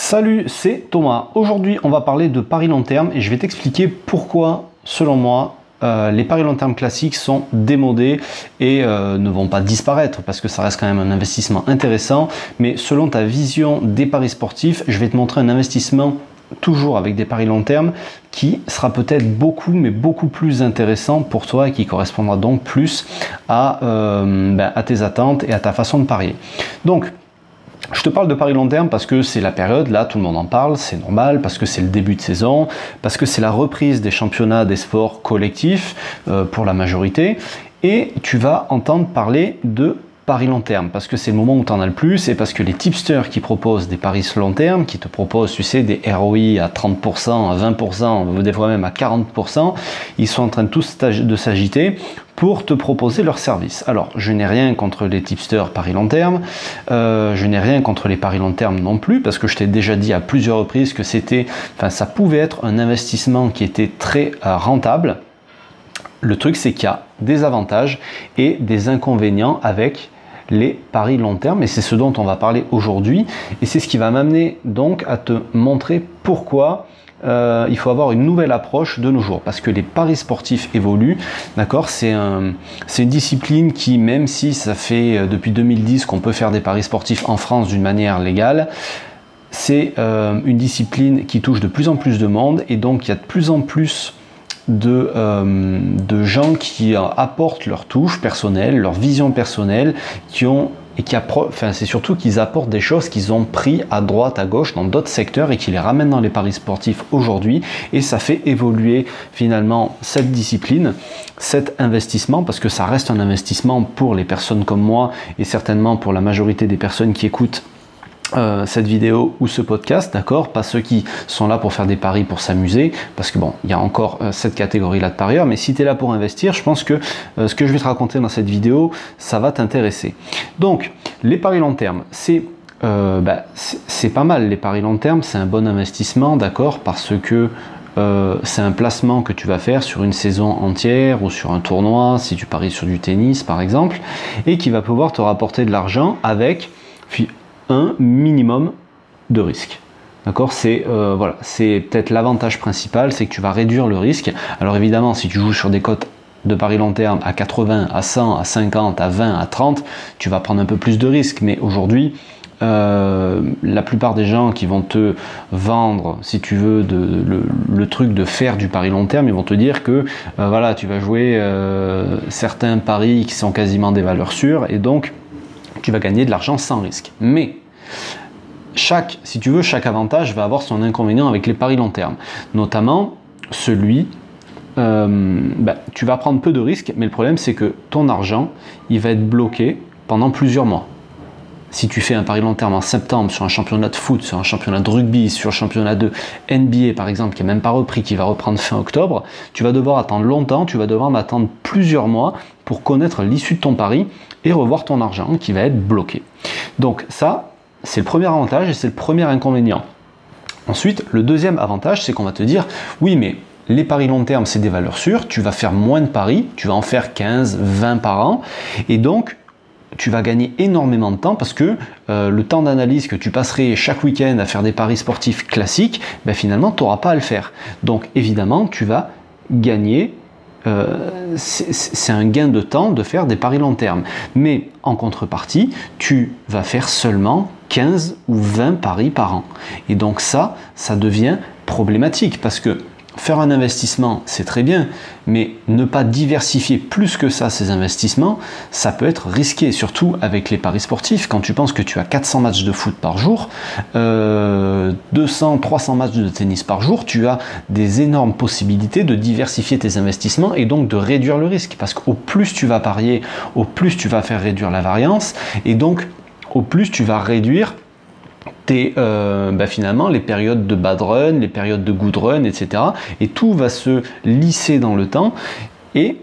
Salut, c'est Thomas. Aujourd'hui, on va parler de paris long terme et je vais t'expliquer pourquoi, selon moi, les paris long terme classiques sont démodés et ne vont pas disparaître parce que ça reste quand même un investissement intéressant. Mais selon ta vision des paris sportifs, je vais te montrer un investissement toujours avec des paris long terme qui sera peut-être beaucoup plus intéressant pour toi et qui correspondra donc plus à tes attentes et à ta façon de parier. Donc, je te parle de paris long terme parce que c'est la période, là tout le monde en parle, c'est normal, parce que c'est le début de saison, parce que c'est la reprise des championnats des sports collectifs pour la majorité, et tu vas entendre parler de paris long terme, parce que c'est le moment où tu en as le plus, et parce que les tipsters qui proposent des paris long terme, qui te proposent, tu sais, des ROI à 30%, à 20%, des fois même à 40%, ils sont en train tous de s'agiter pour te proposer leurs services. Alors, je n'ai rien contre les tipsters paris long terme, je n'ai rien contre les paris long terme non plus, parce que je t'ai déjà dit à plusieurs reprises que ça pouvait être un investissement qui était très rentable. Le truc, c'est qu'il y a des avantages et des inconvénients avec les paris long terme, et c'est ce dont on va parler aujourd'hui, et c'est ce qui va m'amener donc à te montrer pourquoi il faut avoir une nouvelle approche de nos jours, parce que les paris sportifs évoluent, d'accord, c'est une discipline qui, même si ça fait depuis 2010 qu'on peut faire des paris sportifs en France d'une manière légale, c'est une discipline qui touche de plus en plus de monde, et donc il y a de plus en plus de gens qui apportent leur touche personnelle, leur vision personnelle, c'est surtout qu'ils apportent des choses qu'ils ont pris à droite, à gauche, dans d'autres secteurs et qui les ramènent dans les paris sportifs aujourd'hui, et ça fait évoluer finalement cette discipline, cet investissement, parce que ça reste un investissement pour les personnes comme moi et certainement pour la majorité des personnes qui écoutent cette vidéo ou ce podcast, d'accord, pas ceux qui sont là pour faire des paris pour s'amuser, parce que bon, il y a encore cette catégorie là de parieurs, mais si tu es là pour investir, je pense que ce que je vais te raconter dans cette vidéo, ça va t'intéresser. Donc, les paris long terme, c'est pas mal. Les paris long terme, c'est un bon investissement, d'accord, parce que c'est un placement que tu vas faire sur une saison entière ou sur un tournoi, si tu paries sur du tennis par exemple, et qui va pouvoir te rapporter de l'argent avec un minimum de risque. D'accord, c'est peut-être l'avantage principal, c'est que tu vas réduire le risque. Alors évidemment, si tu joues sur des cotes de paris long terme à 80, à 100, à 50, à 20, à 30, tu vas prendre un peu plus de risques. Mais aujourd'hui, la plupart des gens qui vont te vendre, si tu veux, le truc de faire du pari long terme, ils vont te dire que tu vas jouer certains paris qui sont quasiment des valeurs sûres, et donc tu vas gagner de l'argent sans risque. Mais chaque avantage va avoir son inconvénient avec les paris long terme, notamment celui tu vas prendre peu de risques, mais le problème c'est que ton argent il va être bloqué pendant plusieurs mois. Si tu fais un pari long terme en septembre sur un championnat de foot, sur un championnat de rugby, sur un championnat de NBA par exemple, qui n'est même pas repris, qui va reprendre fin octobre, tu vas devoir attendre longtemps, tu vas devoir attendre plusieurs mois pour connaître l'issue de ton pari et revoir ton argent qui va être bloqué. Donc ça, c'est le premier avantage et c'est le premier inconvénient. Ensuite, le deuxième avantage, c'est qu'on va te dire, oui mais les paris long terme, c'est des valeurs sûres, tu vas faire moins de paris, tu vas en faire 15, 20 par an, et donc tu vas gagner énormément de temps parce que le temps d'analyse que tu passerais chaque week-end à faire des paris sportifs classiques, finalement tu n'auras pas à le faire. Donc évidemment tu vas gagner, c'est un gain de temps de faire des paris long terme. Mais en contrepartie, tu vas faire seulement 15 ou 20 paris par an. Et donc ça devient problématique parce que faire un investissement, c'est très bien, mais ne pas diversifier plus que ça ces investissements, ça peut être risqué, surtout avec les paris sportifs. Quand tu penses que tu as 400 matchs de foot par jour, 200, 300 matchs de tennis par jour, tu as des énormes possibilités de diversifier tes investissements et donc de réduire le risque. Parce qu'au plus tu vas parier, au plus tu vas faire réduire la variance, et donc au plus tu vas réduire finalement les périodes de bad run, les périodes de good run, etc. Et tout va se lisser dans le temps et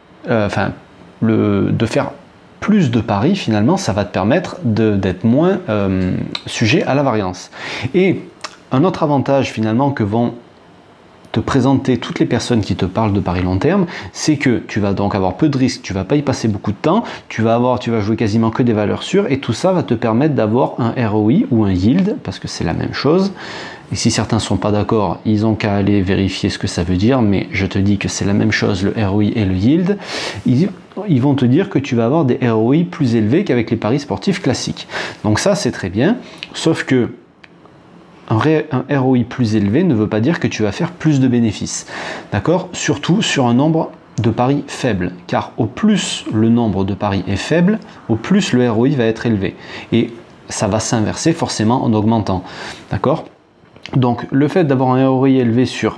de faire plus de paris, finalement, ça va te permettre d'être moins sujet à la variance. Et un autre avantage finalement que vont te présenter toutes les personnes qui te parlent de paris long terme, c'est que tu vas donc avoir peu de risques, tu vas pas y passer beaucoup de temps, tu vas jouer quasiment que des valeurs sûres, et tout ça va te permettre d'avoir un ROI ou un yield, parce que c'est la même chose. Et si certains ne sont pas d'accord, ils ont qu'à aller vérifier ce que ça veut dire, mais je te dis que c'est la même chose, le ROI et le yield. Ils vont te dire que tu vas avoir des ROI plus élevés qu'avec les paris sportifs classiques. Donc ça, c'est très bien, sauf que un ROI plus élevé ne veut pas dire que tu vas faire plus de bénéfices. D'accord ? Surtout sur un nombre de paris faible, car au plus le nombre de paris est faible, au plus le ROI va être élevé. Et ça va s'inverser forcément en augmentant. D'accord ? Donc le fait d'avoir un ROI élevé sur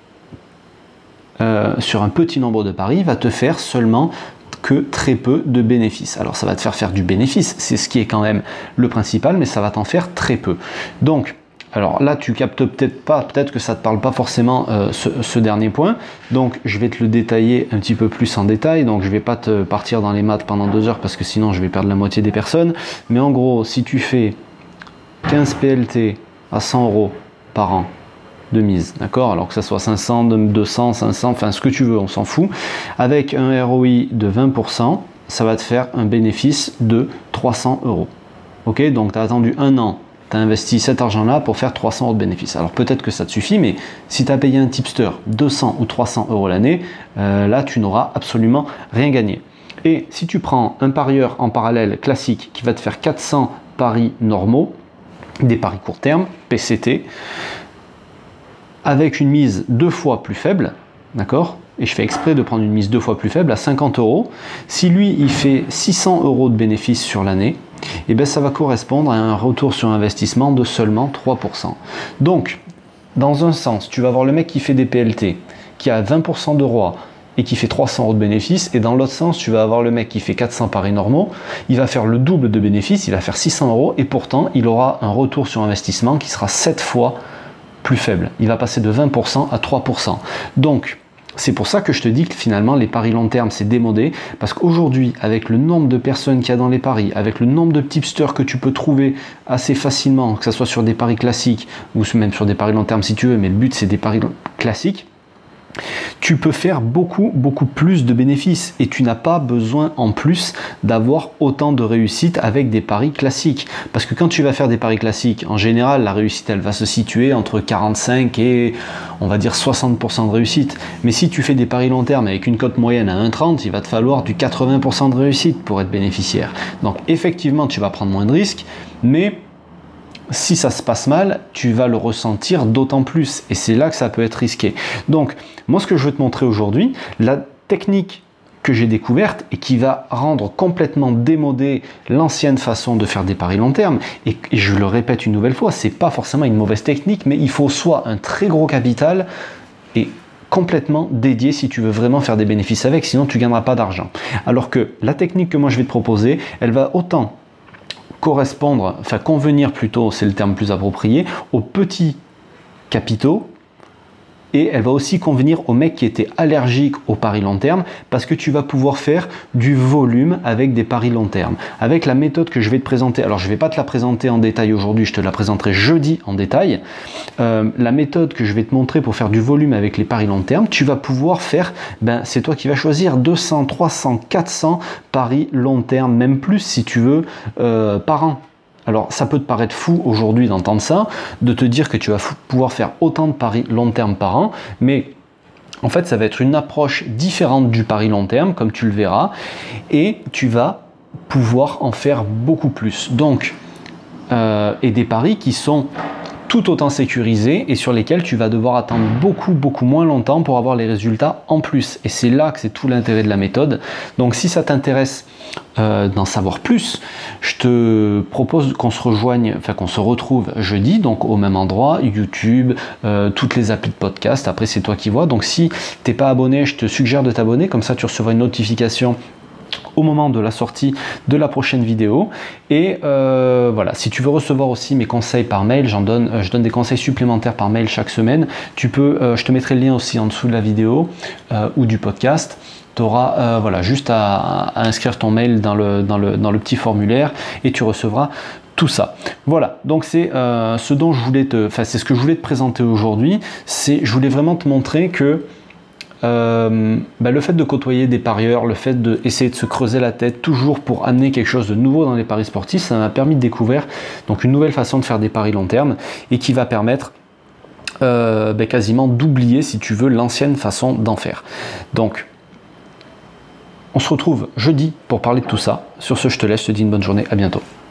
un petit nombre de paris va te faire seulement que très peu de bénéfices. Alors ça va te faire du bénéfice, c'est ce qui est quand même le principal, mais ça va t'en faire très peu. Donc, alors là tu captes peut-être que ça ne te parle pas forcément ce dernier point, donc je vais te le détailler un petit peu plus en détail, donc je ne vais pas te partir dans les maths pendant 2 heures parce que sinon je vais perdre la moitié des personnes, mais en gros si tu fais 15 PLT à 100 € par an de mise, d'accord, alors que ça soit 500, 200, 500, enfin ce que tu veux, on s'en fout, avec un ROI de 20%, ça va te faire un bénéfice de 300 €. Ok, donc tu as attendu 1 an, tu as investi cet argent-là pour faire 300 € de bénéfice. Alors peut-être que ça te suffit, mais si tu as payé un tipster 200 ou 300 € l'année, là tu n'auras absolument rien gagné. Et si tu prends un parieur en parallèle classique qui va te faire 400 paris normaux, des paris court terme, PCT, avec une mise 2 fois plus faible, d'accord, et je fais exprès de prendre une mise 2 fois plus faible à 50 €, si lui il fait 600 € de bénéfice sur l'année, et bien ça va correspondre à un retour sur investissement de seulement 3%. Donc, dans un sens, tu vas avoir le mec qui fait des PLT, qui a 20% de ROI, et qui fait 300 € de bénéfices, et dans l'autre sens, tu vas avoir le mec qui fait 400 paris normaux, il va faire le double de bénéfices, il va faire 600 €, et pourtant, il aura un retour sur investissement qui sera 7 fois plus faible. Il va passer de 20% à 3%. Donc, c'est pour ça que je te dis que finalement, les paris long terme, c'est démodé, parce qu'aujourd'hui, avec le nombre de personnes qu'il y a dans les paris, avec le nombre de tipsters que tu peux trouver assez facilement, que ce soit sur des paris classiques, ou même sur des paris long terme si tu veux, mais le but, c'est des paris classiques, tu peux faire beaucoup plus de bénéfices et tu n'as pas besoin en plus d'avoir autant de réussite avec des paris classiques, parce que quand tu vas faire des paris classiques, en général la réussite elle va se situer entre 45 et on va dire 60% de réussite, mais si tu fais des paris long terme avec une cote moyenne à 1,30, il va te falloir du 80% de réussite pour être bénéficiaire. Donc effectivement tu vas prendre moins de risques, mais si ça se passe mal, tu vas le ressentir d'autant plus et c'est là que ça peut être risqué. Donc, moi ce que je veux te montrer aujourd'hui, la technique que j'ai découverte et qui va rendre complètement démodée l'ancienne façon de faire des paris long terme, et je le répète une nouvelle fois, c'est pas forcément une mauvaise technique, mais il faut soit un très gros capital et complètement dédié si tu veux vraiment faire des bénéfices avec, sinon tu gagneras pas d'argent. Alors que la technique que moi je vais te proposer, elle va autant convenir plutôt, c'est le terme plus approprié, aux petits capitaux, et elle va aussi convenir aux mecs qui étaient allergiques aux paris long terme, parce que tu vas pouvoir faire du volume avec des paris long terme. Avec la méthode que je vais te présenter, alors je ne vais pas te la présenter en détail aujourd'hui, je te la présenterai jeudi en détail. La méthode que je vais te montrer pour faire du volume avec les paris long terme, tu vas pouvoir faire, c'est toi qui vas choisir 200, 300, 400 paris long terme, même plus si tu veux, par an. Alors ça peut te paraître fou aujourd'hui d'entendre ça, de te dire que tu vas pouvoir faire autant de paris long terme par an, mais en fait ça va être une approche différente du pari long terme, comme tu le verras, et tu vas pouvoir en faire beaucoup plus. Donc, et des paris qui sont tout autant sécurisés et sur lesquels tu vas devoir attendre beaucoup moins longtemps pour avoir les résultats en plus. Et c'est là que c'est tout l'intérêt de la méthode. Donc si ça t'intéresse d'en savoir plus, je te propose qu'on se retrouve jeudi, donc au même endroit, YouTube, toutes les applis de podcast, après c'est toi qui vois. Donc si t'es pas abonné, je te suggère de t'abonner, comme ça tu recevras une notification au moment de la sortie de la prochaine vidéo. Et voilà, si tu veux recevoir aussi mes conseils par mail, je donne des conseils supplémentaires par mail chaque semaine. Tu peux, je te mettrai le lien aussi en dessous de la vidéo ou du podcast. Tu auras juste à inscrire ton mail dans le petit formulaire et tu recevras tout ça. Voilà, donc c'est ce que je voulais te présenter aujourd'hui. Je voulais vraiment te montrer que le fait de côtoyer des parieurs, le fait d'essayer de se creuser la tête toujours pour amener quelque chose de nouveau dans les paris sportifs, ça m'a permis de découvrir donc une nouvelle façon de faire des paris long terme et qui va permettre quasiment d'oublier, si tu veux, l'ancienne façon d'en faire. Donc, on se retrouve jeudi pour parler de tout ça. Sur ce, je te laisse, je te dis une bonne journée, à bientôt.